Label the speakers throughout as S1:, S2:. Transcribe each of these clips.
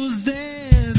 S1: tus dedos.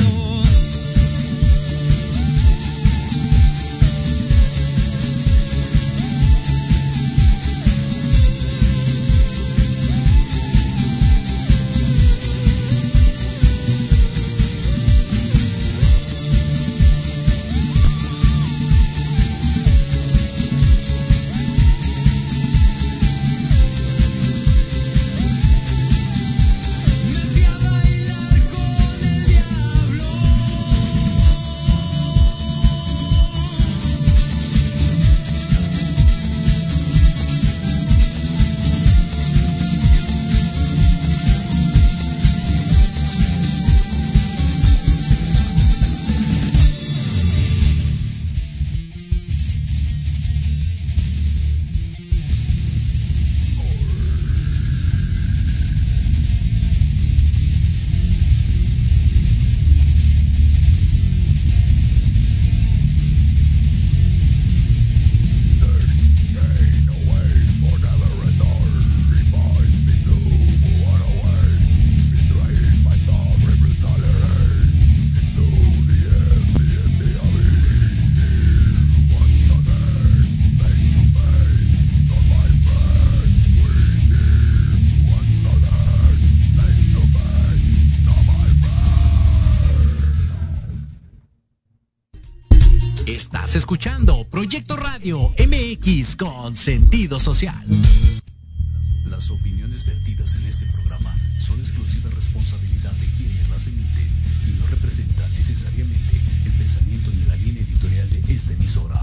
S1: Estás escuchando Proyecto Radio MX con sentido social.
S2: Las opiniones vertidas en este programa son exclusiva responsabilidad de quienes las emiten y no representan necesariamente el pensamiento ni la línea editorial de esta emisora.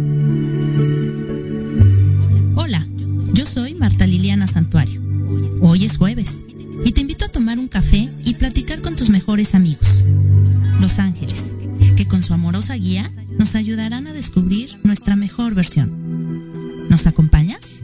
S3: Hola, yo soy Marta Liliana Santuario. Hoy es jueves y te invito a tomar un café y platicar con tus mejores amigos, los ángeles, que con su amorosa guía nos ayudarán a descubrir nuestra mejor versión. ¿Nos acompañas?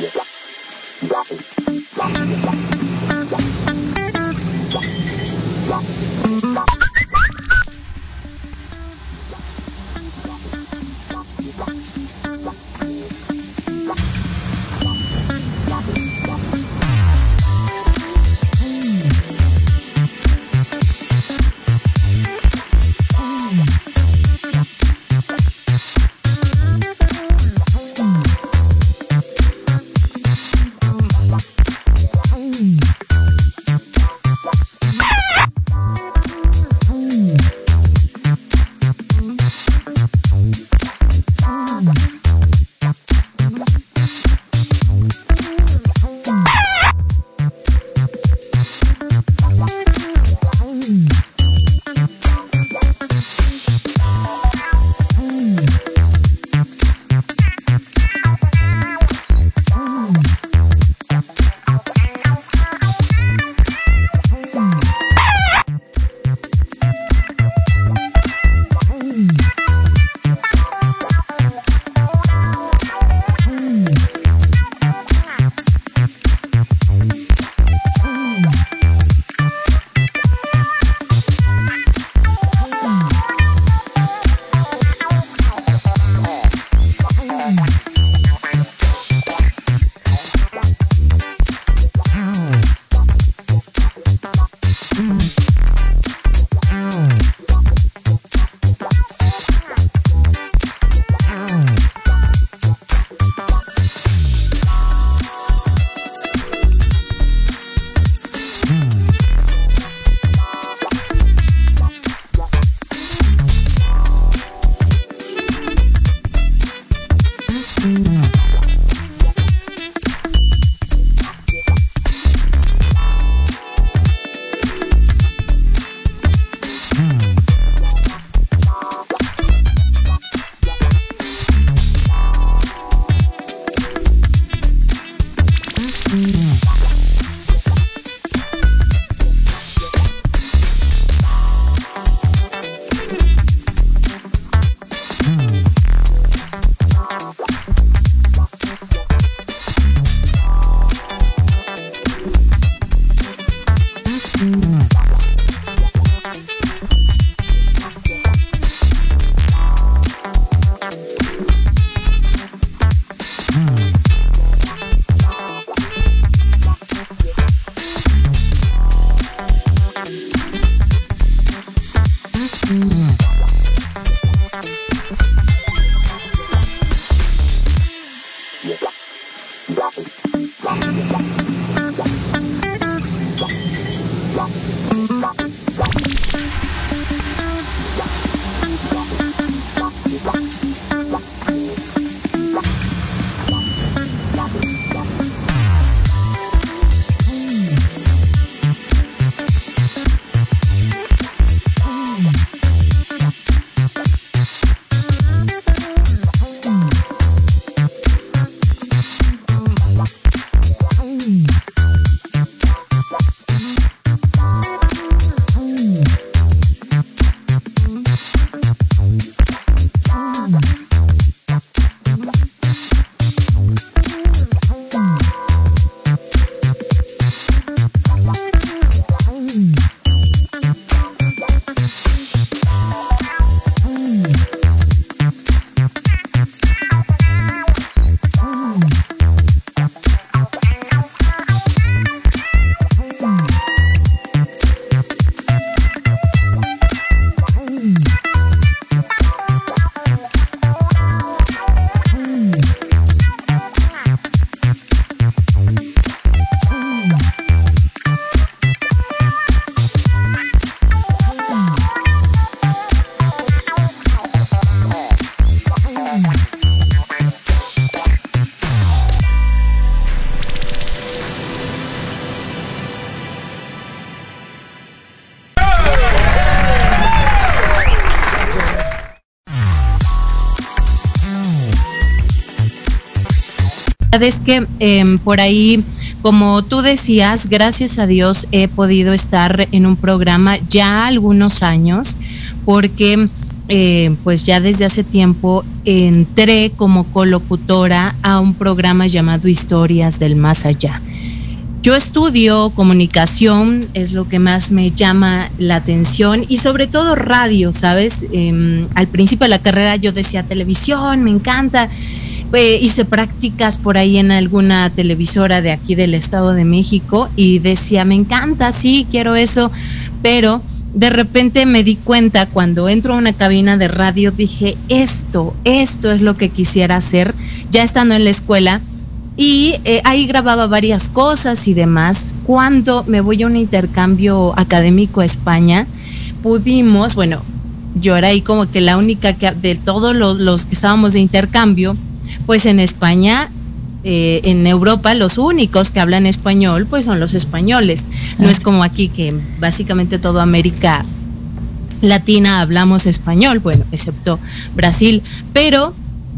S4: Es que por ahí, como tú decías, gracias a Dios he podido estar en un programa ya algunos años, porque pues ya desde hace tiempo entré como colocutora a un programa llamado Historias del Más Allá. Yo estudio comunicación, es lo que más me llama la atención, y sobre todo radio, ¿sabes? Al principio de la carrera yo decía televisión, me encanta. Hice prácticas por ahí en alguna televisora de aquí del Estado de México y decía, me encanta, sí, quiero eso, pero de repente me di cuenta cuando entro a una cabina de radio, dije, esto es lo que quisiera hacer, ya estando en la escuela. Y ahí grababa varias cosas y demás. Cuando me voy a un intercambio académico a España, pudimos, bueno, yo era ahí como que la única que de todos los que estábamos de intercambio, pues en España, en Europa, los únicos que hablan español, pues son los españoles. No es como aquí que básicamente toda América Latina hablamos español, bueno, excepto Brasil, pero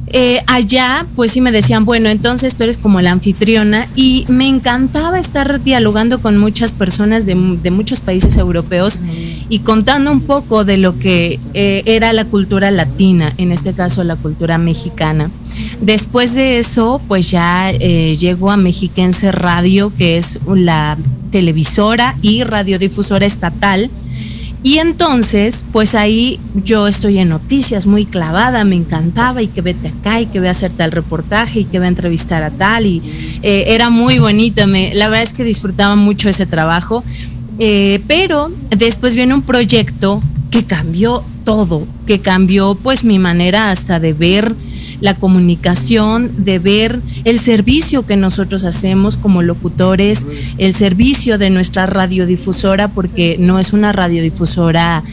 S4: allá pues sí me decían, bueno, entonces tú eres como la anfitriona, y me encantaba estar dialogando con muchas personas de muchos países europeos y contando un poco de lo que era la cultura latina, en este caso la cultura mexicana. Después de eso pues ya llego a Mexiquense Radio, que es la televisora y radiodifusora estatal. Y entonces, pues ahí yo estoy en noticias muy clavada, me encantaba, y que vete acá, y que voy a hacer tal reportaje, y que voy a entrevistar a tal, y era muy bonito, la verdad es que disfrutaba mucho ese trabajo, pero después viene un proyecto que cambió todo, que cambió pues mi manera hasta de ver la comunicación, de ver el servicio que nosotros hacemos como locutores, el servicio de nuestra radiodifusora, porque no es una radiodifusora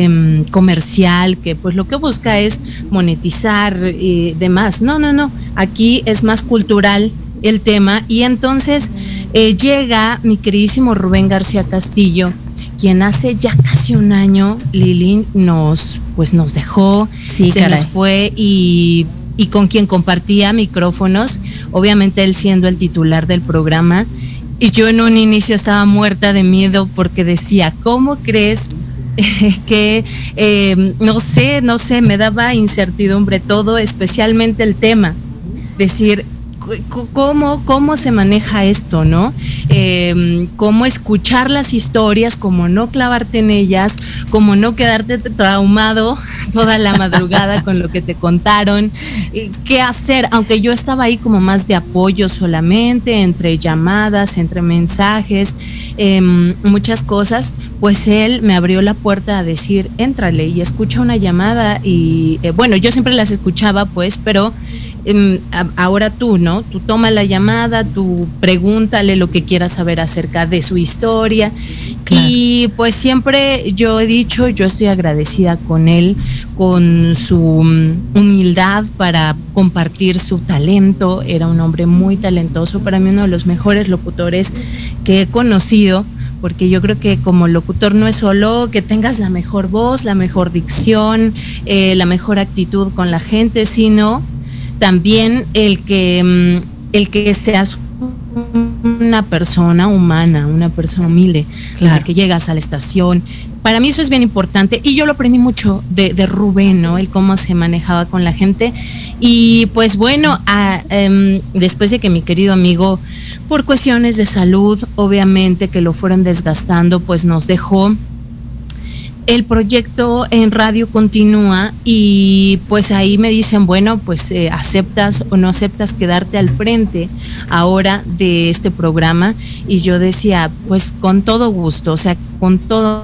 S4: comercial que pues lo que busca es monetizar y demás. No, aquí es más cultural el tema, y entonces llega mi queridísimo Rubén García Castillo, quien hace ya casi un año, Lili, nos dejó, sí, se nos fue, y con quien compartía micrófonos, obviamente él siendo el titular del programa, y yo en un inicio estaba muerta de miedo porque decía, ¿cómo crees que no sé, me daba incertidumbre todo, especialmente el tema, decir, ¿cómo se maneja esto, no? Cómo escuchar las historias, cómo no clavarte en ellas, cómo no quedarte traumado toda la madrugada con lo que te contaron, qué hacer, aunque yo estaba ahí como más de apoyo solamente, entre llamadas, entre mensajes, muchas cosas, pues él me abrió la puerta a decir, éntrale y escucha una llamada, y bueno, yo siempre las escuchaba pues, pero ahora tú, ¿no? Tú toma la llamada, tú pregúntale lo que quieras saber acerca de su historia. Claro. Y pues siempre yo he dicho, yo estoy agradecida con él, con su humildad para compartir su talento. Era un hombre muy talentoso, para mí uno de los mejores locutores que he conocido, porque yo creo que como locutor no es solo que tengas la mejor voz, la mejor dicción, la mejor actitud con la gente, sino también el que seas una persona humana, una persona humilde, claro, desde que llegas a la estación. Para mí eso es bien importante, y yo lo aprendí mucho de Rubén, ¿no? El cómo se manejaba con la gente. Y pues bueno, después de que mi querido amigo, por cuestiones de salud, obviamente que lo fueron desgastando, pues nos dejó. El proyecto en radio continúa, y pues ahí me dicen, bueno, pues aceptas o no aceptas quedarte al frente ahora de este programa, y yo decía, pues con todo gusto, o sea, con todo.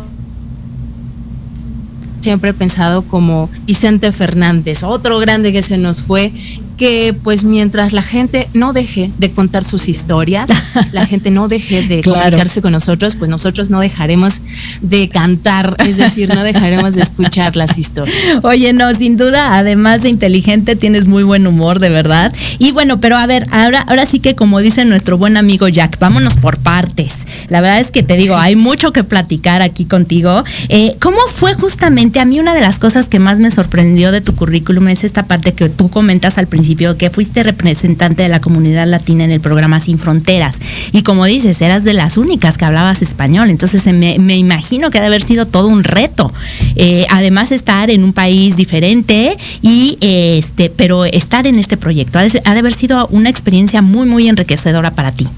S4: Siempre he pensado como Vicente Fernández, otro grande que se nos fue, que pues mientras la gente no deje de contar sus historias, la gente no deje de comunicarse con nosotros, pues nosotros no dejaremos de cantar, es decir, no dejaremos de escuchar las historias.
S3: Oye, no, sin duda, además de inteligente, tienes muy buen humor, de verdad. Y bueno, pero a ver, ahora sí que como dice nuestro buen amigo Jack, vámonos por partes. La verdad es que te digo, hay mucho que platicar aquí contigo. ¿Cómo fue justamente? A mí una de las cosas que más me sorprendió de tu currículum es esta parte que tú comentas al principio, principio, que fuiste representante de la comunidad latina en el programa Sin Fronteras. Y como dices, eras de las únicas que hablabas español. Entonces me imagino que ha de haber sido todo un reto. Además, estar en un país diferente y pero estar en este proyecto ha de haber sido una experiencia muy, muy enriquecedora para ti.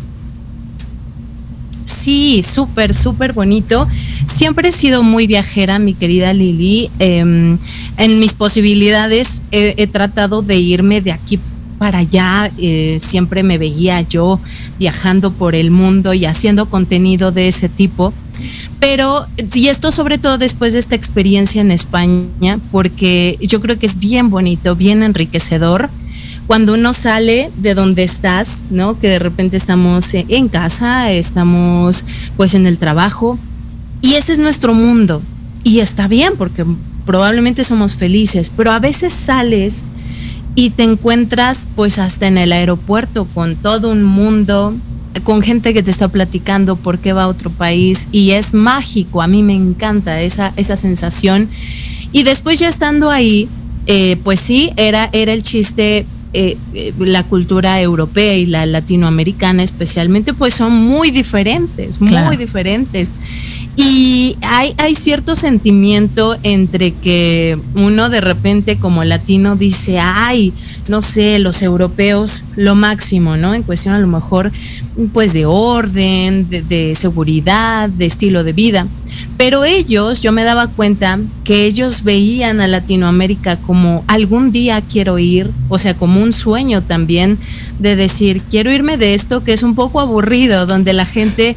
S4: Sí, súper, súper bonito. Siempre he sido muy viajera, mi querida Lili. En mis posibilidades he tratado de irme de aquí para allá. Siempre me veía yo viajando por el mundo y haciendo contenido de ese tipo. Pero, y esto sobre todo después de esta experiencia en España, porque yo creo que es bien bonito, bien enriquecedor. Cuando uno sale de donde estás, ¿no? Que de repente estamos en casa, estamos pues en el trabajo, y ese es nuestro mundo. Y está bien, porque probablemente somos felices, pero a veces sales y te encuentras pues hasta en el aeropuerto con todo un mundo, con gente que te está platicando por qué va a otro país, y es mágico. A mí me encanta esa sensación. Y después ya estando ahí, pues sí, era el chiste. La cultura europea y la latinoamericana especialmente pues son muy diferentes, claro, muy diferentes, y hay cierto sentimiento entre que uno de repente como latino dice, ay, no sé, los europeos lo máximo, ¿no? En cuestión a lo mejor pues de orden, de seguridad, de estilo de vida. Pero ellos, yo me daba cuenta que ellos veían a Latinoamérica como algún día quiero ir, o sea, como un sueño también de decir, quiero irme de esto que es un poco aburrido, donde la gente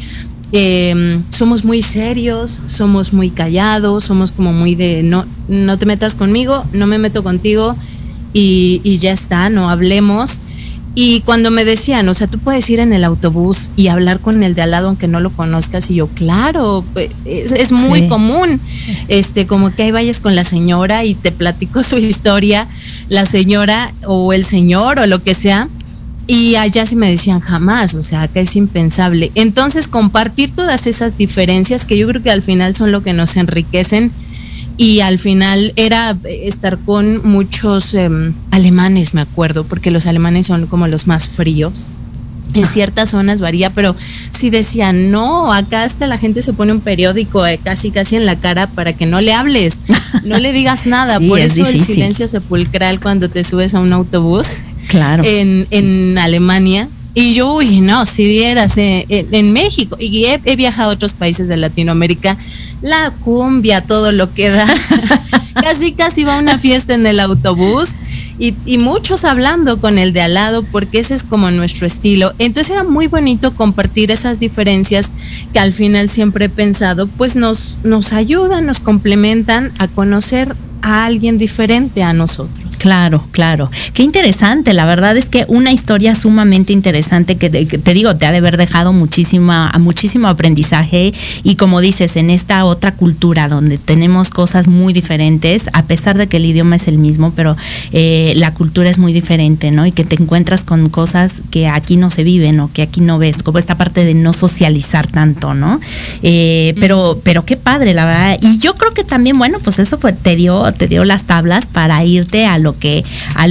S4: somos muy serios, somos muy callados, somos como muy de no te metas conmigo, no me meto contigo y ya está, no hablemos. Y cuando me decían, o sea, tú puedes ir en el autobús y hablar con el de al lado aunque no lo conozcas, y yo, claro, es muy común, como que ahí vayas con la señora y te platicó su historia, la señora o el señor o lo que sea, y allá sí me decían jamás, o sea, acá es impensable. Entonces, compartir todas esas diferencias que yo creo que al final son lo que nos enriquecen. Y al final era estar con muchos alemanes, me acuerdo, porque los alemanes son como los más fríos. En ciertas zonas varía, pero sí decían, no, acá hasta la gente se pone un periódico casi en la cara para que no le hables, no le digas nada. Sí, por eso difícil. El silencio sepulcral cuando te subes a un autobús, claro, en Alemania. Y yo, no, si vieras en México, y he viajado a otros países de Latinoamérica, la cumbia, todo lo que da, casi va a una fiesta en el autobús, y muchos hablando con el de al lado, porque ese es como nuestro estilo. Entonces era muy bonito compartir esas diferencias que al final siempre he pensado, pues nos ayudan, nos complementan a conocer a alguien diferente a nosotros.
S3: Claro, claro. Qué interesante. La verdad es que una historia sumamente interesante que te digo, te ha de haber dejado muchísimo aprendizaje, y como dices, en esta otra cultura donde tenemos cosas muy diferentes, a pesar de que el idioma es el mismo, pero la cultura es muy diferente, ¿no? Y que te encuentras con cosas que aquí no se viven o que aquí no ves, como esta parte de no socializar tanto, ¿no? Pero qué padre, la verdad. Y yo creo que también, bueno, pues eso te dio las tablas para irte a lo que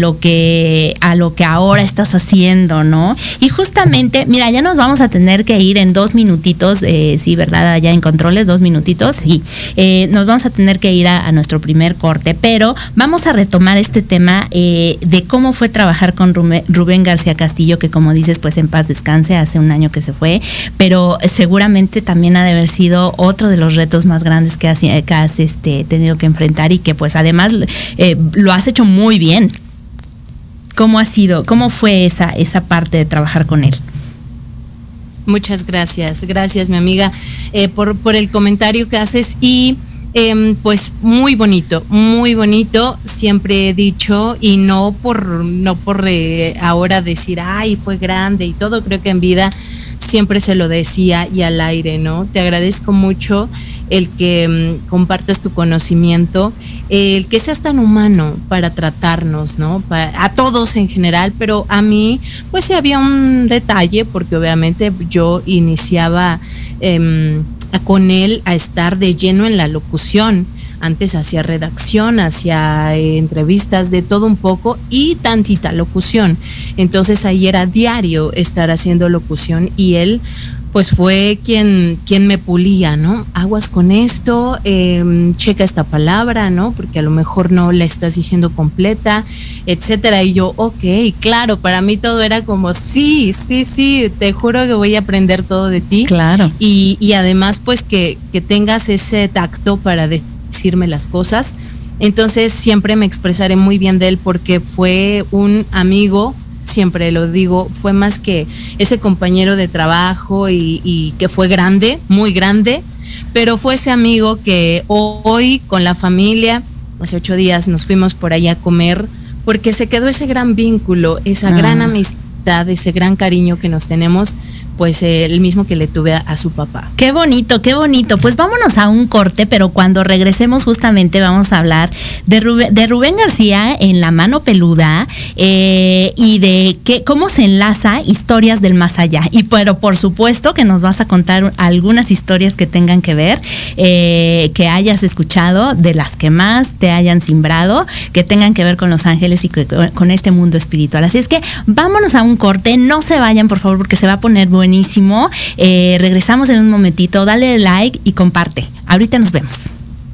S3: ahora estás haciendo, ¿no? Y justamente, mira, ya nos vamos a tener que ir en 2 minutitos, sí, ¿verdad? Allá en controles, 2 minutitos, sí. Nos vamos a tener que ir a nuestro primer corte, pero vamos a retomar este tema de cómo fue trabajar con Rubén García Castillo, que como dices, pues en paz descanse, hace un año que se fue, pero seguramente también ha de haber sido otro de los retos más grandes que has tenido que enfrentar, y que pues además lo has hecho muy bien. ¿Cómo ha sido? ¿Cómo fue esa parte de trabajar con él?
S4: Muchas gracias, mi amiga, por el comentario que haces, y pues muy bonito, siempre he dicho, y no por ahora decir, ay, fue grande y todo, creo que en vida siempre se lo decía y al aire, ¿no? Te agradezco mucho el que compartas tu conocimiento, el que seas tan humano para tratarnos, ¿no? A todos en general, pero a mí, pues sí había un detalle, porque obviamente yo iniciaba con él a estar de lleno en la locución. Antes hacía redacción, hacía entrevistas de todo un poco y tantita locución. Entonces ahí era diario estar haciendo locución y él pues fue quien me pulía, ¿no? Aguas con esto, checa esta palabra, ¿no? Porque a lo mejor no la estás diciendo completa, etcétera. Y yo, ok, claro, para mí todo era como, sí, te juro que voy a aprender todo de ti.
S3: Claro.
S4: Y además, pues que tengas ese tacto para decirme las cosas. Entonces siempre me expresaré muy bien de él porque fue un amigo, siempre lo digo, fue más que ese compañero de trabajo y que fue grande, muy grande, pero fue ese amigo que hoy con la familia, hace 8 días nos fuimos por ahí a comer, porque se quedó ese gran vínculo, esa gran amistad, ese gran cariño que nos tenemos, pues el mismo que le tuve a su papá.
S3: Qué bonito, qué bonito. Pues vámonos a un corte, pero cuando regresemos justamente vamos a hablar de Rubén García en La Mano Peluda y de cómo se enlaza historias del más allá. Y pero por supuesto que nos vas a contar algunas historias que tengan que ver, que hayas escuchado, de las que más te hayan simbrado, que tengan que ver con los ángeles y con este mundo espiritual. Así es que vámonos a un corte, no se vayan por favor porque se va a poner buenísimo. Regresamos en un momentito, dale like y comparte. Ahorita nos vemos.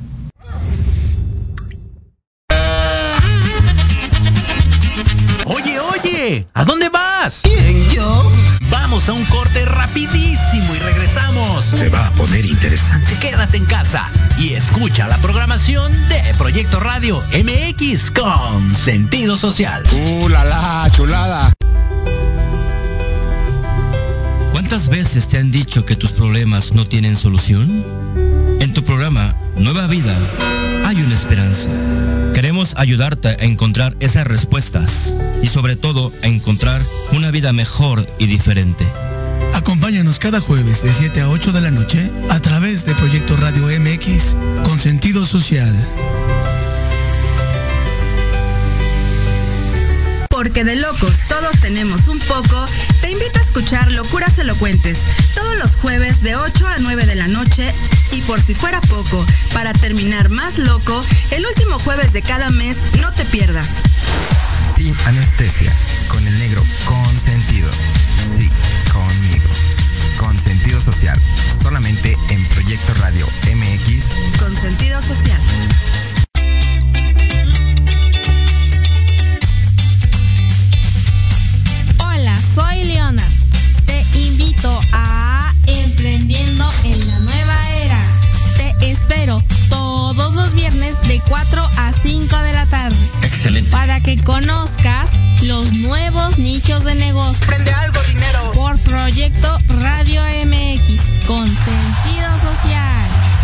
S1: Oye, ¿a dónde vas?
S5: ¿Quién, yo?
S1: Vamos a un corte rapidísimo y regresamos.
S5: Se va a poner interesante.
S1: Quédate en casa y escucha la programación de Proyecto Radio MX con sentido social.
S5: La chulada.
S6: ¿Cuántas veces te han dicho que tus problemas no tienen solución? En tu programa Nueva Vida hay una esperanza. Queremos ayudarte a encontrar esas respuestas y sobre todo a encontrar una vida mejor y diferente.
S7: Acompáñanos cada jueves de 7 a 8 de la noche a través de Proyecto Radio MX con sentido social.
S8: Porque de locos todos tenemos un poco, te invito a escuchar Locuras Elocuentes, todos los jueves de 8 a 9 de la noche, y por si fuera poco, para terminar más loco, el último jueves de cada mes, no te pierdas.
S9: Sin anestesia, con el negro consentido, sí, conmigo, con sentido social, solamente en Proyecto Radio MX,
S8: con sentido social.
S10: Soy Leona. Te invito a Emprendiendo en la Nueva Era. Te espero todos los viernes de 4 a 5 de la tarde.
S5: Excelente.
S10: Para que conozcas los nuevos nichos de negocio.
S5: Prende algo, dinero.
S10: Por Proyecto Radio MX con sentido social.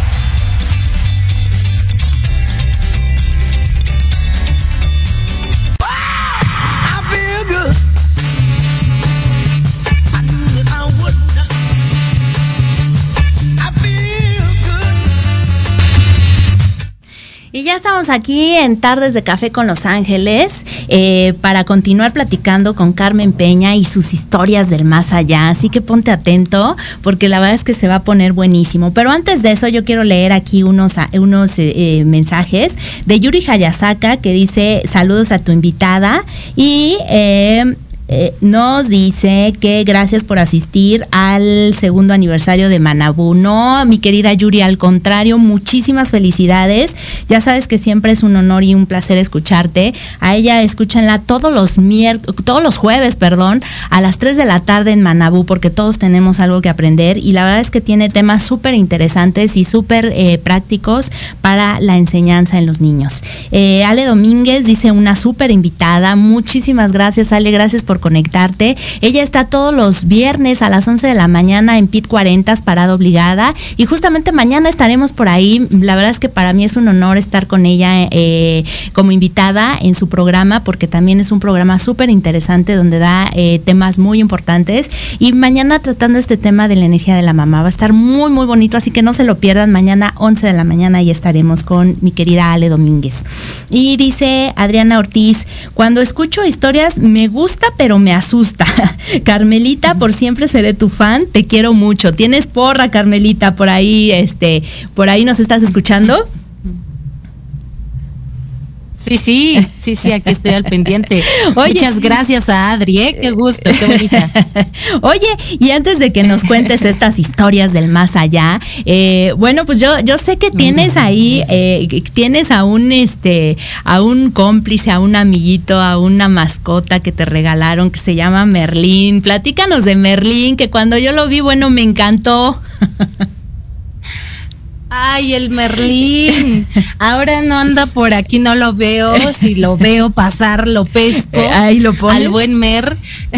S3: Y ya estamos aquí en Tardes de Café con Los Ángeles para continuar platicando con Carmen Peña y sus historias del más allá. Así que ponte atento porque la verdad es que se va a poner buenísimo. Pero antes de eso yo quiero leer aquí unos mensajes de Yuri Hayasaka que dice saludos a tu invitada y nos dice que gracias por asistir al 2º aniversario de Manabú. No, mi querida Yuri, al contrario, muchísimas felicidades. Ya sabes que siempre es un honor y un placer escucharte. A ella escúchenla todos los jueves, a las 3 de la tarde en Manabú, porque todos tenemos algo que aprender y la verdad es que tiene temas súper interesantes y súper prácticos para la enseñanza en los niños. Ale Domínguez dice una súper invitada. Muchísimas gracias, Ale, gracias por conectarte. Ella está todos los viernes a las 11 de la mañana en PIT 40, parada obligada, y justamente mañana estaremos por ahí. La verdad es que para mí es un honor estar con ella como invitada en su programa, porque también es un programa súper interesante donde da temas muy importantes, y mañana tratando este tema de la energía de la mamá. Va a estar muy muy bonito, así que no se lo pierdan. Mañana 11 de la mañana y estaremos con mi querida Ale Domínguez. Y dice Adriana Ortiz, cuando escucho historias me gusta pero me asusta. Carmelita, por siempre seré tu fan, te quiero mucho. ¿Tienes porra, Carmelita? Por ahí nos estás escuchando.
S4: Sí, aquí estoy al pendiente.
S3: Oye,
S4: muchas gracias a Adri, qué gusto, qué bonita.
S3: Oye, y antes de que nos cuentes estas historias del más allá, bueno, pues yo sé que tienes ahí, tienes a un cómplice, a un amiguito, a una mascota que te regalaron que se llama Merlín. Platícanos de Merlín, que cuando yo lo vi, bueno, me encantó.
S4: Ay, el Merlín. Ahora no anda por aquí, no lo veo. Si lo veo pasar, lo pesco.
S3: Ahí lo pones.
S4: Al buen Mer.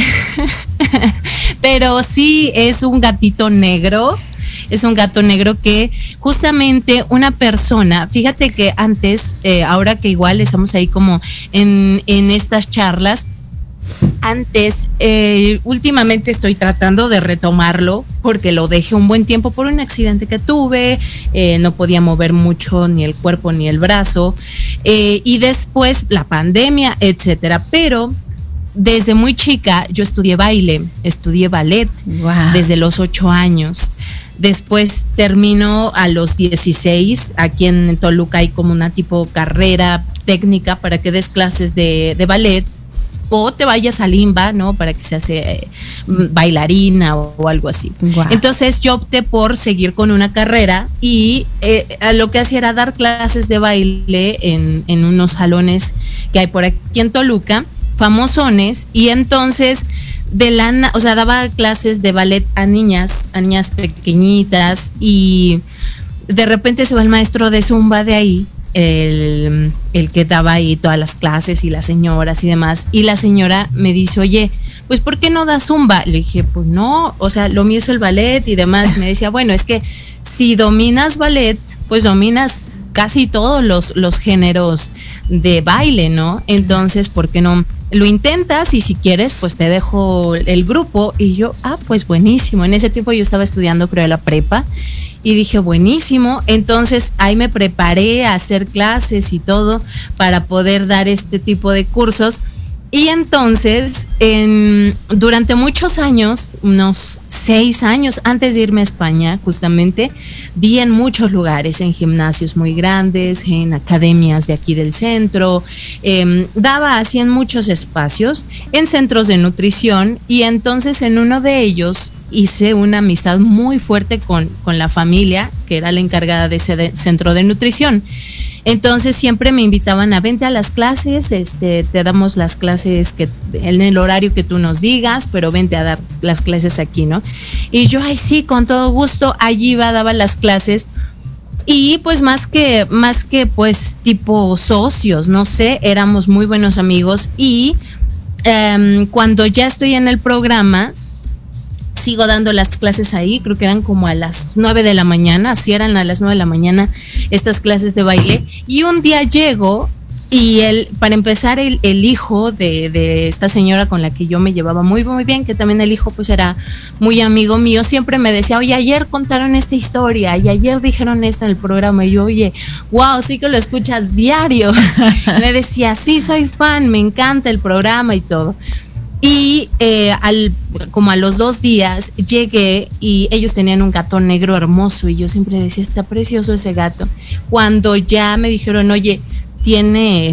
S4: Pero sí, es un gatito negro. Es un gato negro que justamente una persona, fíjate que antes, ahora que igual estamos ahí como en estas charlas, antes, últimamente estoy tratando de retomarlo porque lo dejé un buen tiempo por un accidente que tuve, no podía mover mucho ni el cuerpo ni el brazo, y después la pandemia, etcétera. Pero desde muy chica yo estudié baile, estudié ballet.
S3: Wow.
S4: Desde los 8 años. Después termino a los 16, aquí en Toluca hay como una tipo carrera técnica para que des clases de ballet, o te vayas a Limba, ¿no? Para que seas bailarina o algo así.
S3: Wow.
S4: Entonces yo opté por seguir con una carrera y lo que hacía era dar clases de baile en unos salones que hay por aquí en Toluca, famosones, y entonces daba clases de ballet a niñas pequeñitas, y de repente se va el maestro de zumba de ahí, el que daba ahí todas las clases, y las señoras y demás, y la señora me dice, oye, pues ¿por qué no das zumba? Le dije, pues no, o sea, lo mío es el ballet y demás. Me decía, bueno, es que si dominas ballet, pues dominas casi todos los géneros de baile, ¿no? Entonces, ¿por qué no lo intentas? Y si quieres, pues te dejo el grupo. Y yo, pues buenísimo. En ese tiempo yo estaba estudiando, creo, la prepa, y dije, buenísimo. Entonces ahí me preparé a hacer clases y todo para poder dar este tipo de cursos. Y entonces, durante muchos años, unos 6 años antes de irme a España, justamente, di en muchos lugares, en gimnasios muy grandes, en academias de aquí del centro, daba así en muchos espacios, en centros de nutrición, y entonces en uno de ellos hice una amistad muy fuerte con la familia, que era la encargada de ese centro de nutrición. Entonces siempre me invitaban a vente a las clases, te damos las clases en el horario que tú nos digas, pero vente a dar las clases aquí, ¿no? Y yo, sí, con todo gusto, allí iba, daba las clases. Y pues más que pues tipo socios, no sé, éramos muy buenos amigos. Y cuando ya estoy en el programa, sigo dando las clases ahí, creo que eran como a las 9 de la mañana, así eran a las 9 de la mañana estas clases de baile, y un día llego y para empezar el hijo de esta señora con la que yo me llevaba muy muy bien, que también el hijo pues era muy amigo mío, siempre me decía, oye, ayer contaron esta historia y ayer dijeron esto en el programa, y yo, oye, wow, sí que lo escuchas diario. Me decía, sí, soy fan, me encanta el programa y todo. Y como a los 2 días llegué y ellos tenían un gato negro hermoso, y yo siempre decía, está precioso ese gato. Cuando ya me dijeron, oye, tiene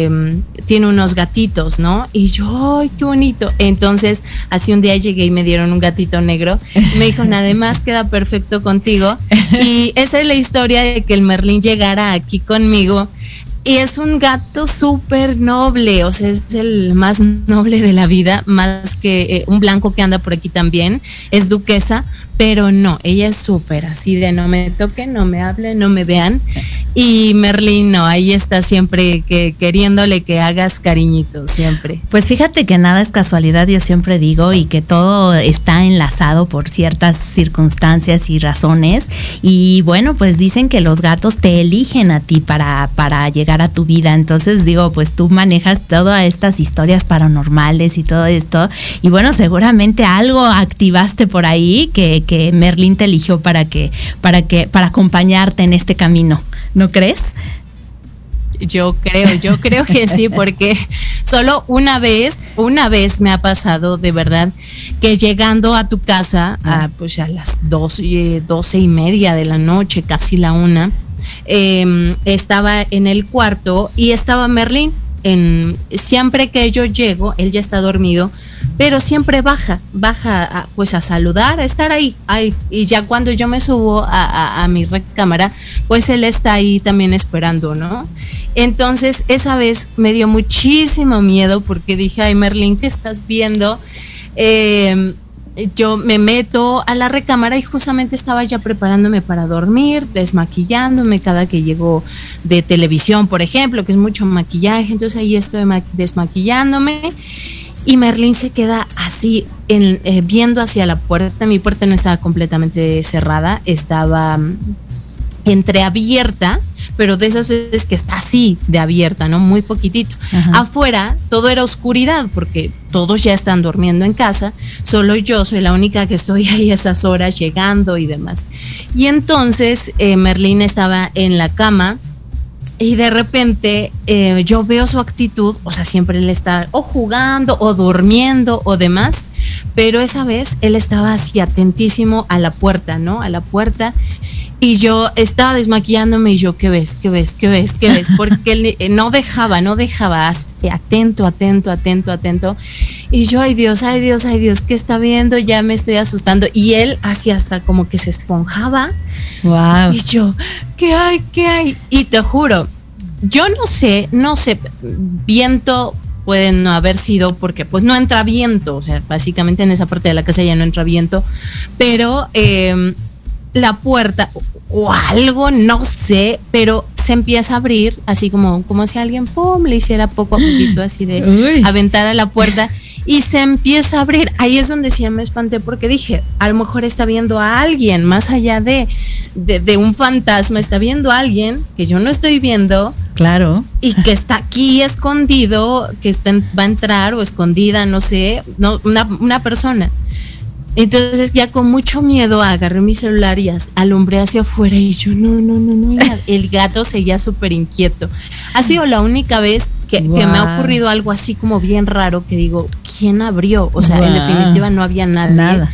S4: unos gatitos, ¿no? Y yo, ¡ay, qué bonito! Entonces, así un día llegué y me dieron un gatito negro. Me dijo, además queda perfecto contigo. Y esa es la historia de que el Merlín llegara aquí conmigo. Y es un gato súper noble, o sea, es el más noble de la vida, más que un blanco que anda por aquí también, es duquesa, pero no, ella es súper así de no me toquen, no me hablen, no me vean. Y Merlín no, ahí está siempre queriéndole que hagas cariñitos, siempre.
S3: Pues fíjate que nada es casualidad, yo siempre digo, y que todo está enlazado por ciertas circunstancias y razones. Y bueno, pues dicen que los gatos te eligen a ti para llegar a tu vida. Entonces digo, pues tú manejas todas estas historias paranormales y todo esto. Y bueno, seguramente algo activaste por ahí que Merlín te eligió para acompañarte en este camino. ¿No crees?
S4: Yo creo que sí, porque solo una vez me ha pasado, de verdad, que llegando a tu casa, pues a las 12:30 de la noche, casi la 1, estaba en el cuarto y estaba Merlín. Siempre que yo llego, él ya está dormido, pero siempre baja pues a saludar, a estar ahí, y ya cuando yo me subo a mi recámara, pues él está ahí también esperando, ¿no? Entonces esa vez me dio muchísimo miedo porque dije, ay Merlín, ¿qué estás viendo? Yo me meto a la recámara y justamente estaba ya preparándome para dormir, desmaquillándome cada que llego de televisión, por ejemplo, que es mucho maquillaje, entonces ahí estoy desmaquillándome y Merlín se queda así viendo hacia la puerta. Mi puerta no estaba completamente cerrada, estaba entreabierta, pero de esas veces que está así de abierta, ¿no? Muy poquitito. Ajá. Afuera todo era oscuridad porque todos ya están durmiendo en casa, solo yo soy la única que estoy ahí a esas horas llegando y demás. Y entonces Merlín estaba en la cama y de repente yo veo su actitud, o sea, siempre él está o jugando o durmiendo o demás, pero esa vez él estaba así atentísimo a la puerta, ¿no? A la puerta. Y yo estaba desmaquillándome y yo, ¿qué ves? Porque él no dejaba, atento. Y yo, ay Dios, ¿qué está viendo? Ya me estoy asustando. Y él hacía hasta como que se esponjaba.
S3: Wow.
S4: Y yo, ¿qué hay? Y te juro, yo no sé, viento puede no haber sido porque pues no entra viento, o sea, básicamente en esa parte de la casa ya no entra viento, pero la puerta o algo, no sé, pero se empieza a abrir, así como si alguien le hiciera poco a poquito así de aventar a la puerta y se empieza a abrir. Ahí es donde sí me espanté porque dije, a lo mejor está viendo a alguien, más allá de un fantasma, está viendo a alguien que yo no estoy viendo.
S3: Claro. Y
S4: que está aquí escondido, que va a entrar o escondida, no sé, una persona. Entonces ya con mucho miedo agarré mi celular y alumbré hacia afuera y yo no. El gato seguía súper inquieto. Ha sido la única vez que me ha ocurrido algo así como bien raro que digo, ¿quién abrió? O sea, en definitiva no había nada.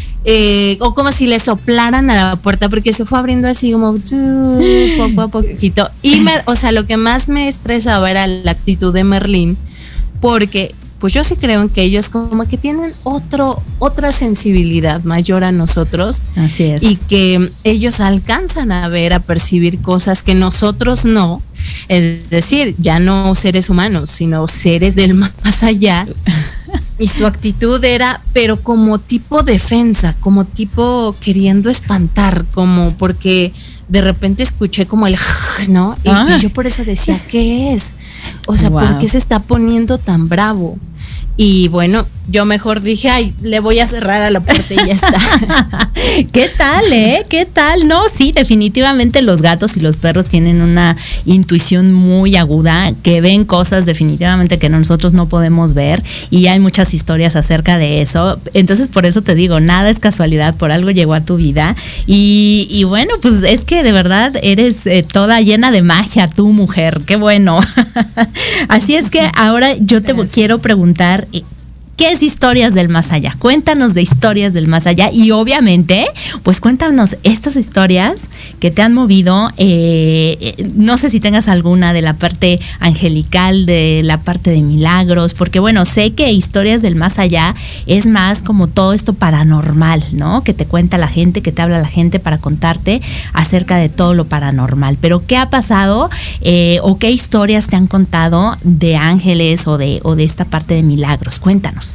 S4: O como si le soplaran a la puerta porque se fue abriendo así como poco a poquito. Y o sea, lo que más me estresaba era la actitud de Merlín porque pues yo sí creo en que ellos como que tienen otra sensibilidad mayor a nosotros.
S3: Así es.
S4: Y que ellos alcanzan a ver, a percibir cosas que nosotros no. Es decir, ya no seres humanos, sino seres del más allá. Y su actitud era, pero como tipo defensa, como tipo queriendo espantar, como porque de repente escuché como el ¿no? Y yo por eso decía, ¿qué es? O sea, ¿por qué se está poniendo tan bravo? Y bueno, yo mejor dije, ay, le voy a cerrar a la puerta y ya está.
S3: ¿Qué tal, ¿Qué tal? No, sí, definitivamente los gatos y los perros tienen una intuición muy aguda, que ven cosas definitivamente que nosotros no podemos ver, y hay muchas historias acerca de eso. Entonces, por eso te digo, nada es casualidad, por algo llegó a tu vida. Y bueno, pues es que de verdad eres toda llena de magia, tú, mujer, qué bueno. Así es que ahora yo te quiero preguntar, ¿qué es Historias del Más Allá? Cuéntanos de Historias del Más Allá y obviamente, pues cuéntanos estas historias que te han movido. No sé si tengas alguna de la parte angelical, de la parte de milagros, porque bueno, sé que Historias del Más Allá es más como todo esto paranormal, ¿no? Que te cuenta la gente, que te habla la gente para contarte acerca de todo lo paranormal. Pero ¿qué ha pasado o qué historias te han contado de ángeles o de esta parte de milagros? Cuéntanos.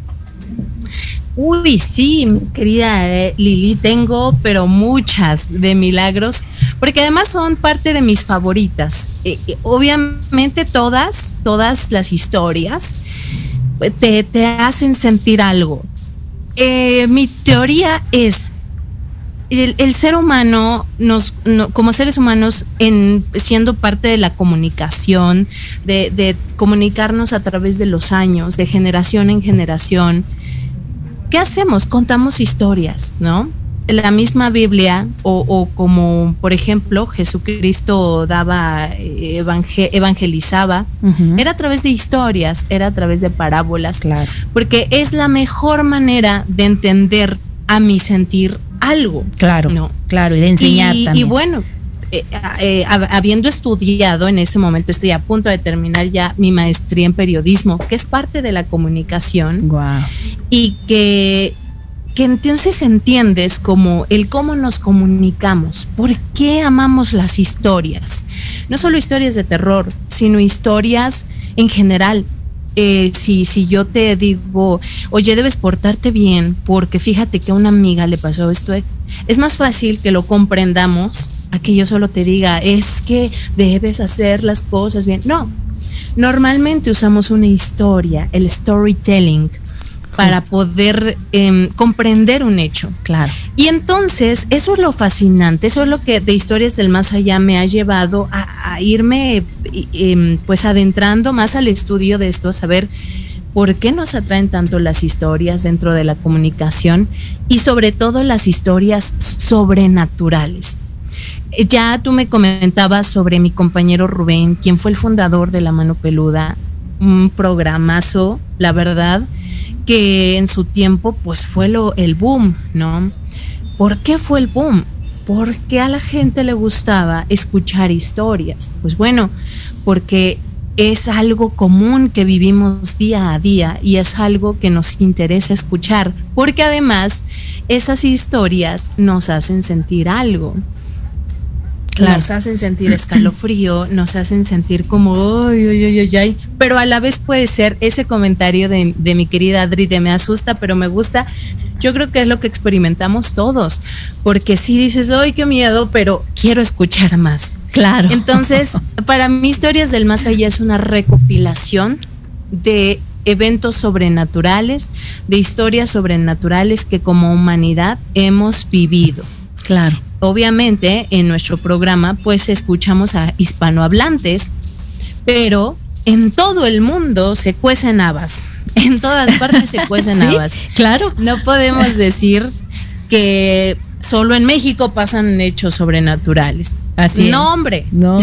S4: Uy, sí, querida Lili, tengo pero muchas de milagros, porque además son parte de mis favoritas. Obviamente todas las historias te hacen sentir algo. Mi teoría es, el ser humano, como seres humanos, siendo parte de la comunicación, de comunicarnos a través de los años, de generación en generación, ¿qué hacemos? Contamos historias, ¿no? La misma Biblia, o como por ejemplo Jesucristo evangelizaba, era a través de historias, era a través de parábolas,
S3: claro,
S4: porque es la mejor manera de entender a mi sentir algo.
S3: Claro,
S4: ¿no?
S3: Claro, y de enseñar también.
S4: Y bueno, habiendo estudiado en ese momento, estoy a punto de terminar ya mi maestría en periodismo, que es parte de la comunicación.
S11: Wow.
S4: Y que entonces entiendes como el cómo nos comunicamos, por qué amamos las historias, no solo historias de terror, sino historias en general. Si yo te digo, oye, debes portarte bien porque fíjate que a una amiga le pasó esto, es más fácil que lo comprendamos a que yo solo te diga, es que debes hacer las cosas bien. No, normalmente usamos una historia, el storytelling, para poder comprender un hecho.
S11: Claro.
S4: Y entonces, eso es lo fascinante, eso es lo que de Historias del Más Allá me ha llevado a irme pues adentrando más al estudio de esto, a saber por qué nos atraen tanto las historias dentro de la comunicación y sobre todo las historias sobrenaturales. Ya tú me comentabas sobre mi compañero Rubén, quien fue el fundador de La Mano Peluda, un programazo, la verdad, que en su tiempo pues fue el boom, ¿no? ¿Por qué fue el boom? Porque a la gente le gustaba escuchar historias. Pues bueno, porque es algo común que vivimos día a día y es algo que nos interesa escuchar, porque además esas historias nos hacen sentir algo. Claro. Nos hacen sentir escalofrío, nos hacen sentir como ay, pero a la vez puede ser ese comentario de mi querida Adri de me asusta, pero me gusta. Yo creo que es lo que experimentamos todos, porque sí dices, ay, qué miedo, pero quiero escuchar más.
S11: Claro.
S4: Entonces, para mí Historias del Más Allá es una recopilación de eventos sobrenaturales, de historias sobrenaturales que como humanidad hemos vivido.
S11: Claro.
S4: Obviamente en nuestro programa pues escuchamos a hispanohablantes, pero en todo el mundo se cuecen habas, en todas partes se cuecen habas.
S11: Claro.
S4: No podemos decir que solo en México pasan hechos sobrenaturales.
S11: Así
S4: no,
S11: es.
S4: Hombre.
S11: No.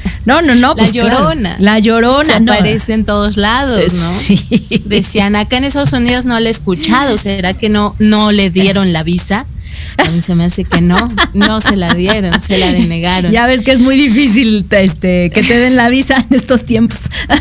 S11: La
S4: pues Llorona.
S11: Claro. La Llorona.
S4: Se aparece en todos lados, ¿no?
S11: Sí.
S4: Decían, acá en Estados Unidos no la he escuchado, ¿será que no le dieron la visa? A mí se me hace que no se la dieron, se la denegaron.
S11: Ya ves que es muy difícil que te den la visa en estos tiempos.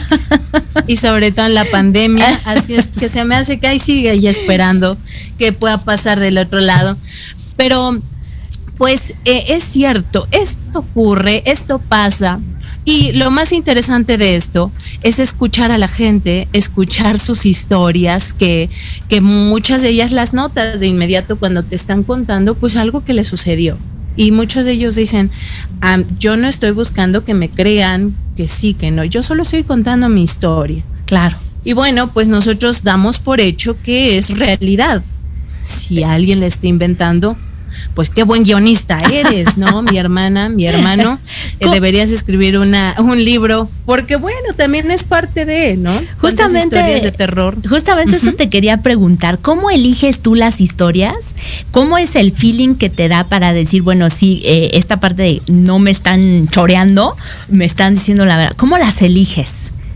S4: Y sobre todo en la pandemia, así es que se me hace que ahí sigue ahí esperando que pueda pasar del otro lado. Pero pues es cierto, esto ocurre, esto pasa. Y lo más interesante de esto es escuchar a la gente, escuchar sus historias, que muchas de ellas las notas de inmediato cuando te están contando pues algo que le sucedió. Y muchos de ellos dicen, yo no estoy buscando que me crean que sí, que no, yo solo estoy contando mi historia.
S11: Claro.
S4: Y bueno, pues nosotros damos por hecho que es realidad. Si alguien le está inventando, pues qué buen guionista eres, ¿no? Mi hermana, mi hermano, deberías escribir un libro, porque bueno, también es parte de, ¿no?
S11: Justamente
S4: historias de terror.
S11: Justamente eso te quería preguntar, ¿cómo eliges tú las historias? ¿Cómo es el feeling que te da para decir, bueno, sí, esta parte de no me están choreando, me están diciendo la verdad? ¿Cómo las eliges?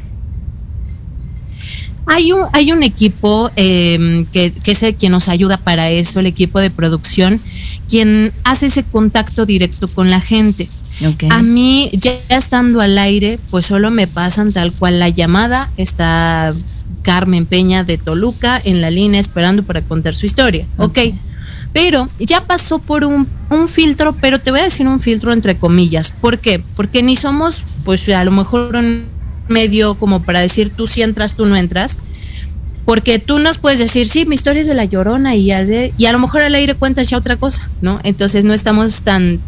S4: Hay un equipo que es el que nos ayuda para eso, el equipo de producción, quien hace ese contacto directo con la gente.
S11: Okay.
S4: A mí, ya estando al aire, pues solo me pasan tal cual la llamada. Está Carmen Peña de Toluca en la línea esperando para contar su historia. Okay. Pero ya pasó por un filtro, pero te voy a decir un filtro entre comillas. ¿Por qué? Porque ni somos, pues a lo mejor un medio como para decir tú sí entras, tú no entras, porque tú nos puedes decir sí, mi historia es de La Llorona y a lo mejor al aire cuentas ya otra cosa, ¿no? Entonces no es tan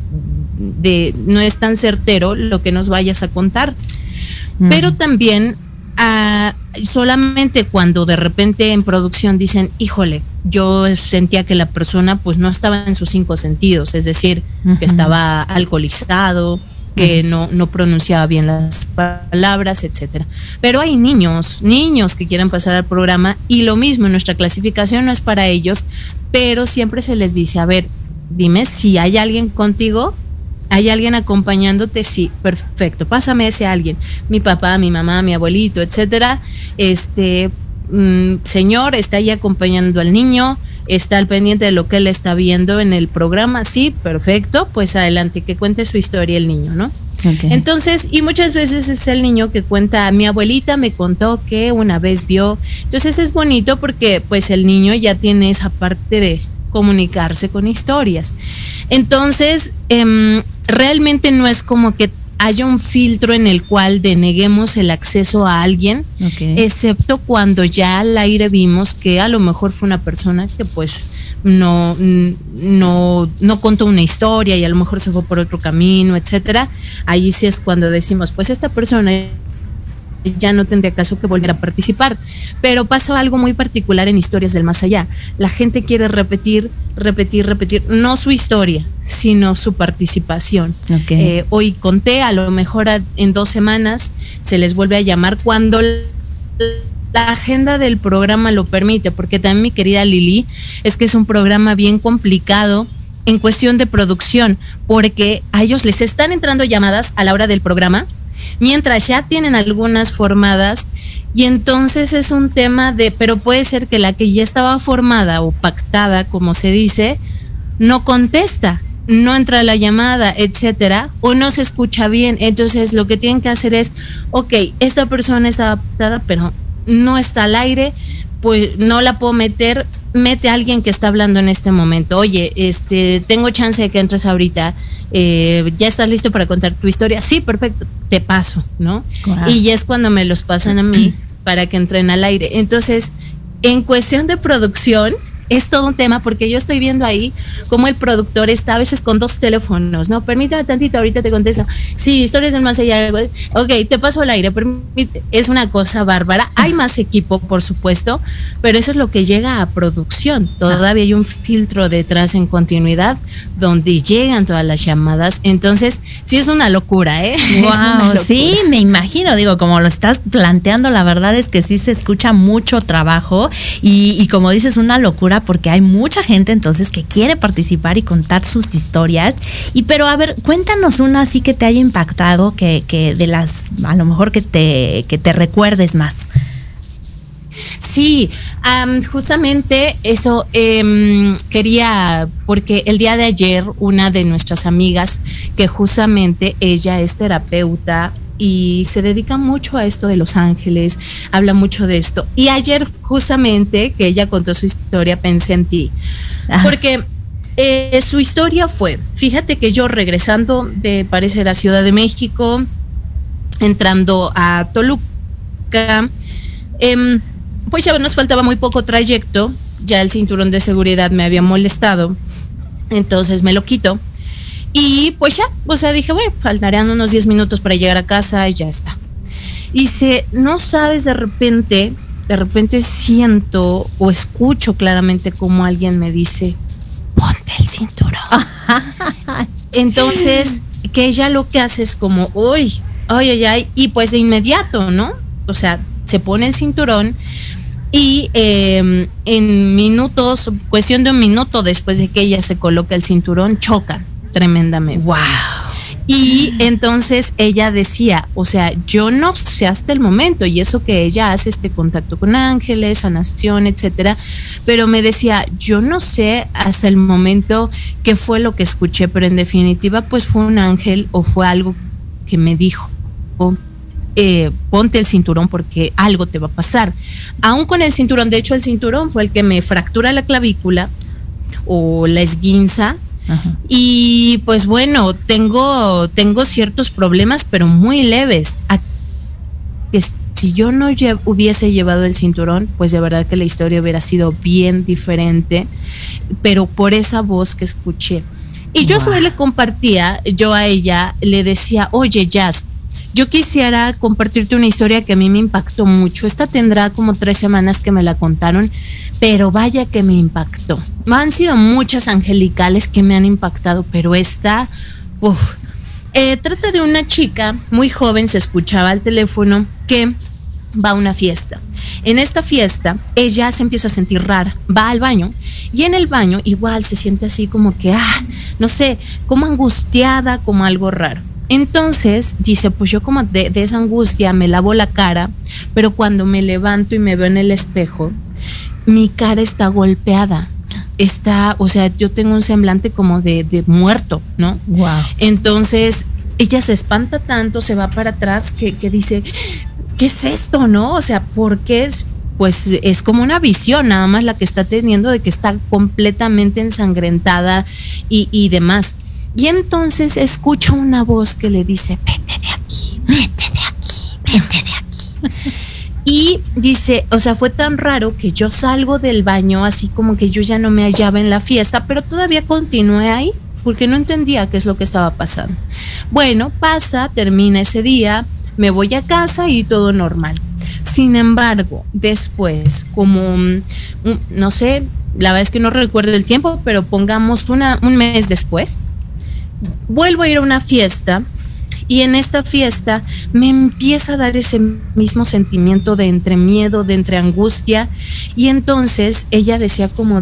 S4: certero lo que nos vayas a contar. Pero también solamente cuando de repente en producción dicen, híjole, yo sentía que la persona pues no estaba en sus 5 sentidos, es decir, que estaba alcoholizado, que no pronunciaba bien las palabras, etcétera. Pero hay niños que quieren pasar al programa y lo mismo, nuestra clasificación no es para ellos, pero siempre se les dice, a ver, dime si hay alguien contigo, hay alguien acompañándote, sí, perfecto, pásame ese alguien, mi papá, mi mamá, mi abuelito, etcétera. Señor, está ahí acompañando al niño, está al pendiente de lo que él está viendo en el programa. Sí, perfecto, pues adelante, que cuente su historia el niño, ¿no? Okay. Entonces, y muchas veces es el niño que cuenta, mi abuelita me contó que una vez vio. Entonces es bonito porque pues el niño ya tiene esa parte de comunicarse con historias. Entonces, realmente no es como que haya un filtro en el cual deneguemos el acceso a alguien, excepto cuando ya al aire vimos que a lo mejor fue una persona que pues no contó una historia y a lo mejor se fue por otro camino, etcétera. Ahí sí es cuando decimos, pues esta persona ya no tendría caso que volver a participar. Pero pasa algo muy particular en Historias del Más Allá. La gente quiere repetir, no su historia, sino su participación. Hoy conté, a lo mejor en 2 semanas se les vuelve a llamar cuando la agenda del programa lo permite, porque también, mi querida Lili, es que es un programa bien complicado en cuestión de producción, porque a ellos les están entrando llamadas a la hora del programa, mientras ya tienen algunas formadas, y entonces es un tema pero puede ser que la que ya estaba formada o pactada, como se dice, no contesta, no entra la llamada, etcétera, o no se escucha bien. Entonces lo que tienen que hacer es, esta persona está pactada, pero no está al aire, pues no la puedo meter, mete a alguien que está hablando en este momento. Oye, tengo chance de que entres ahorita, ¿ya estás listo para contar tu historia? Sí, perfecto, te paso, ¿no? Wow. Y ya es cuando me los pasan a mí para que entren al aire. Entonces, en cuestión de producción, es todo un tema, porque yo estoy viendo ahí cómo el productor está a veces con 2 teléfonos, ¿no? Permítame tantito, ahorita te contesto. Sí, Historias del Más Allá. Te paso al aire. Es una cosa bárbara. Hay más equipo, por supuesto, pero eso es lo que llega a producción. Todavía hay un filtro detrás en continuidad donde llegan todas las llamadas. Entonces, sí es una locura, ¿eh?
S11: Wow, locura. Sí, me imagino. Digo, como lo estás planteando, la verdad es que sí se escucha mucho trabajo y como dices, una locura, porque hay mucha gente entonces que quiere participar y contar sus historias. Pero a ver, cuéntanos una así que te haya impactado, que de las, a lo mejor que te recuerdes más.
S4: Sí, justamente eso quería, porque el día de ayer una de nuestras amigas, que justamente ella es terapeuta y se dedica mucho a esto de los ángeles, habla mucho de esto. Y ayer justamente que ella contó su historia, pensé en ti, porque su historia fue, fíjate que yo regresando de, parece, la Ciudad de México, entrando a Toluca, pues ya nos faltaba muy poco trayecto, ya el cinturón de seguridad me había molestado, entonces me lo quito. Y pues ya, o sea, dije, bueno, faltarían unos 10 minutos para llegar a casa y ya está. Y no sabes, de repente siento o escucho claramente como alguien me dice, ponte el cinturón. Entonces, que ella lo que hace es como, uy, y pues de inmediato, ¿no? O sea, se pone el cinturón y en minutos, cuestión de un minuto después de que ella se coloca el cinturón, chocan tremendamente. Wow. Y entonces ella decía, o sea, yo no sé hasta el momento, y eso que ella hace contacto con ángeles, sanación, etcétera, pero me decía, yo no sé hasta el momento qué fue lo que escuché, pero en definitiva pues fue un ángel o fue algo que me dijo, ponte el cinturón porque algo te va a pasar. Aún con el cinturón, de hecho el cinturón fue el que me fractura la clavícula o la esguinza. Ajá. Y pues bueno, tengo ciertos problemas, pero muy leves. Si yo no hubiese llevado el cinturón, pues de verdad que la historia hubiera sido bien diferente, pero por esa voz que escuché. Y yo le compartía, yo a ella le decía, oye Jazz, yo quisiera compartirte una historia que a mí me impactó mucho. Esta tendrá como 3 semanas que me la contaron, pero vaya que me impactó. Han sido muchas angelicales que me han impactado, pero esta, trata de una chica muy joven, se escuchaba al teléfono, que va a una fiesta. En esta fiesta, ella se empieza a sentir rara, va al baño, y en el baño igual se siente así como que, no sé, como angustiada, como algo raro. Entonces dice, pues yo como de esa angustia me lavo la cara, pero cuando me levanto y me veo en el espejo, mi cara está golpeada. yo tengo un semblante como de muerto, ¿no?
S11: Wow.
S4: Entonces, ella se espanta tanto, se va para atrás, que dice, ¿qué es esto, no? O sea, porque pues es como una visión nada más la que está teniendo de que está completamente ensangrentada y demás. Y entonces escucha una voz que le dice, vete de aquí, vete de aquí, vete de aquí. Y dice, o sea, fue tan raro que yo salgo del baño así como que yo ya no me hallaba en la fiesta, pero todavía continué ahí porque no entendía qué es lo que estaba pasando. Bueno, termina ese día, me voy a casa y todo normal. Sin embargo, después, como, no sé, la verdad es que no recuerdo el tiempo, pero pongamos un mes después, vuelvo a ir a una fiesta y en esta fiesta me empieza a dar ese mismo sentimiento de entre miedo, de entre angustia, y entonces ella decía como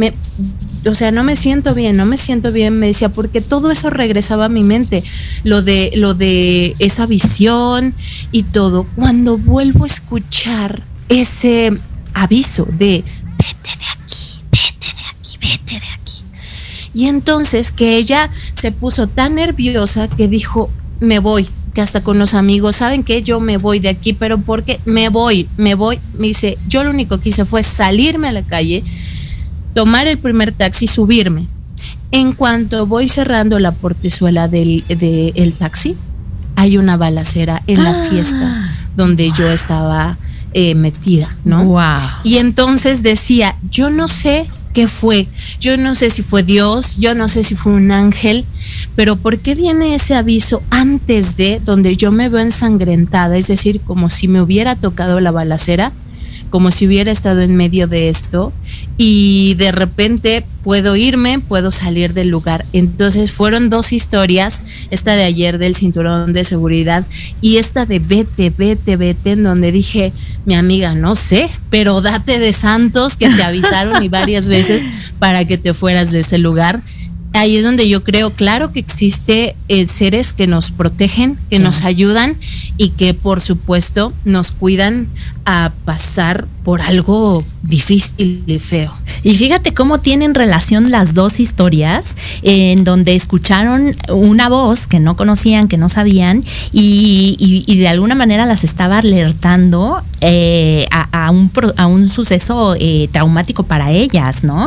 S4: no me siento bien, me decía, porque todo eso regresaba a mi mente, lo de esa visión y todo. Cuando vuelvo a escuchar ese aviso de vete de aquí, vete de aquí, vete de aquí. Y entonces que ella se puso tan nerviosa que dijo, me voy, que hasta con los amigos, ¿saben qué? Yo me voy de aquí, pero ¿por qué? Me voy. Me dice, yo lo único que hice fue salirme a la calle, tomar el primer taxi, subirme. En cuanto voy cerrando la portezuela del taxi, hay una balacera en la fiesta donde yo estaba metida, ¿no?
S11: Wow.
S4: Y entonces decía, yo no sé qué fue, yo no sé si fue Dios, yo no sé si fue un ángel, pero ¿por qué viene ese aviso antes de donde yo me veo ensangrentada? Es decir, como si me hubiera tocado la balacera, como si hubiera estado en medio de esto, y de repente puedo irme, puedo salir del lugar. Entonces fueron dos historias, esta de ayer del cinturón de seguridad y esta de vete, en donde dije, mi amiga, no sé, pero date de santos que te avisaron y varias veces para que te fueras de ese lugar. Ahí es donde yo creo, claro que existe seres que nos protegen, que nos ayudan y que por supuesto nos cuidan a pasar por algo difícil y feo.
S11: Y fíjate cómo tienen relación las dos historias, en donde escucharon una voz que no conocían, que no sabían, y de alguna manera las estaba alertando a un suceso traumático para ellas, ¿no?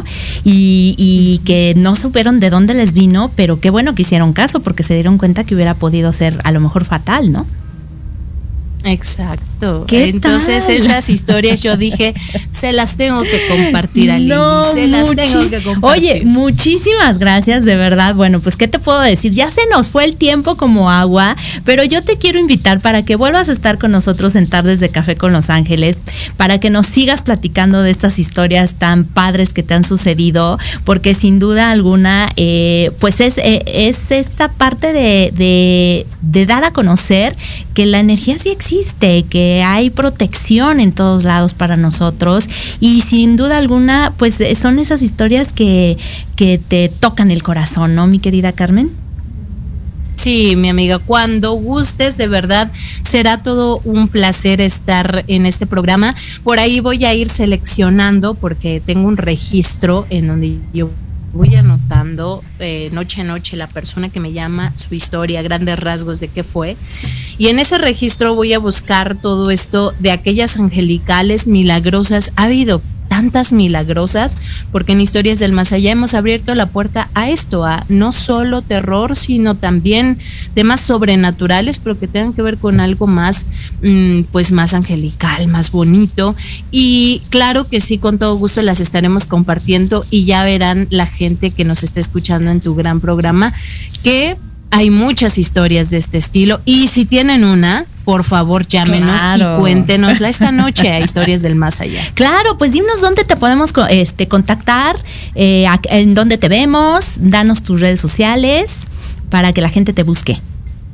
S11: Y que no supieron de dónde les vino, pero qué bueno que hicieron caso, porque se dieron cuenta que hubiera podido ser a lo mejor fatal, ¿no?
S4: Exacto. Entonces esas historias yo dije, se las tengo que compartir a Lili, se las tengo que compartir.
S11: Oye, muchísimas gracias, de verdad. Bueno, pues ¿qué te puedo decir? Ya se nos fue el tiempo como agua, pero yo te quiero invitar para que vuelvas a estar con nosotros en Tardes de Café con Los Ángeles, para que nos sigas platicando de estas historias tan padres que te han sucedido, porque sin duda alguna, pues es esta parte de dar a conocer que la energía sí existe, que hay protección en todos lados para nosotros, y sin duda alguna pues son esas historias que te tocan el corazón, ¿no, mi querida Carmen?
S4: Sí, mi amiga, cuando gustes, de verdad, será todo un placer estar en este programa. Por ahí voy a ir seleccionando, porque tengo un registro en donde yo voy anotando noche a noche la persona que me llama, su historia, grandes rasgos de qué fue, y en ese registro voy a buscar todo esto de aquellas angelicales milagrosas. Ha habido tantas milagrosas, porque en Historias del Más Allá hemos abierto la puerta a esto, a no solo terror, sino también temas sobrenaturales, pero que tengan que ver con algo más, pues más angelical, más bonito. Y claro que sí, con todo gusto las estaremos compartiendo, y ya verán la gente que nos está escuchando en tu gran programa que hay muchas historias de este estilo, y si tienen una, por favor llámenos, claro, y cuéntenosla esta noche a Historias del Más Allá.
S11: Claro, pues dinos dónde te podemos contactar, en dónde te vemos, danos tus redes sociales para que la gente te busque.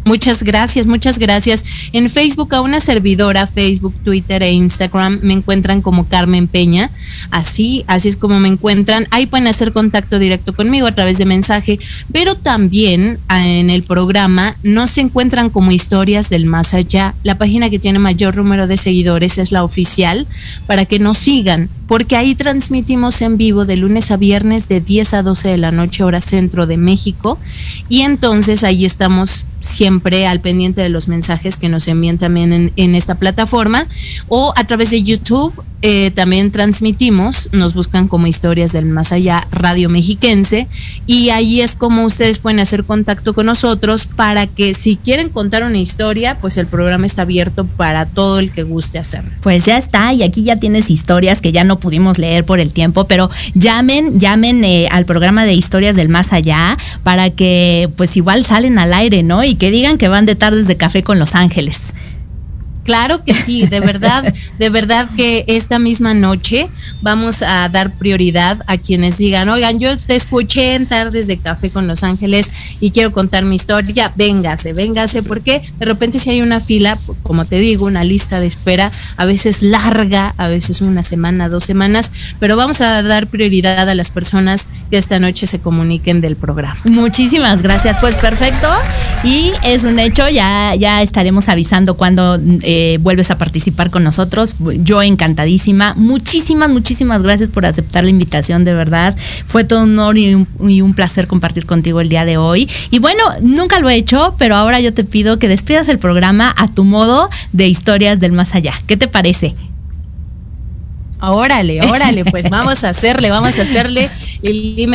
S4: Muchas gracias, muchas gracias. En Facebook, a una servidora, Facebook, Twitter e Instagram, me encuentran como Carmen Peña. Así es como me encuentran. Ahí pueden hacer contacto directo conmigo a través de mensaje, pero también en el programa no se encuentran como Historias del Más Allá. La página que tiene mayor número de seguidores es la oficial, para que nos sigan, porque ahí transmitimos en vivo de lunes a viernes de 10 a 12 de la noche, hora centro de México, y entonces ahí estamos siempre al pendiente de los mensajes que nos envían también en esta plataforma, o a través de YouTube. También transmitimos, nos buscan como Historias del Más Allá Radio Mexiquense, y ahí es como ustedes pueden hacer contacto con nosotros para que si quieren contar una historia, pues el programa está abierto para todo el que guste hacerlo.
S11: Pues ya está, y aquí ya tienes historias que ya no pudimos leer por el tiempo, pero llamen al programa de Historias del Más Allá para que pues igual salen al aire, ¿no? Y que digan que van de tardes de café con Los Ángeles.
S4: Claro que sí, de verdad que esta misma noche vamos a dar prioridad a quienes digan, oigan, yo te escuché en Tardes de Café con Los Ángeles y quiero contar mi historia, véngase, porque de repente si hay una fila, como te digo, una lista de espera, a veces larga, a veces una semana, 2 semanas, pero vamos a dar prioridad a las personas que esta noche se comuniquen del programa.
S11: Muchísimas gracias, pues perfecto, y es un hecho, ya estaremos avisando cuando vuelves a participar con nosotros. Yo encantadísima. Muchísimas gracias por aceptar la invitación, de verdad. Fue todo un honor y un placer compartir contigo el día de hoy. Y bueno, nunca lo he hecho, pero ahora yo te pido que despidas el programa a tu modo de Historias del Más Allá. ¿Qué te parece?
S4: Órale, pues vamos a hacerle.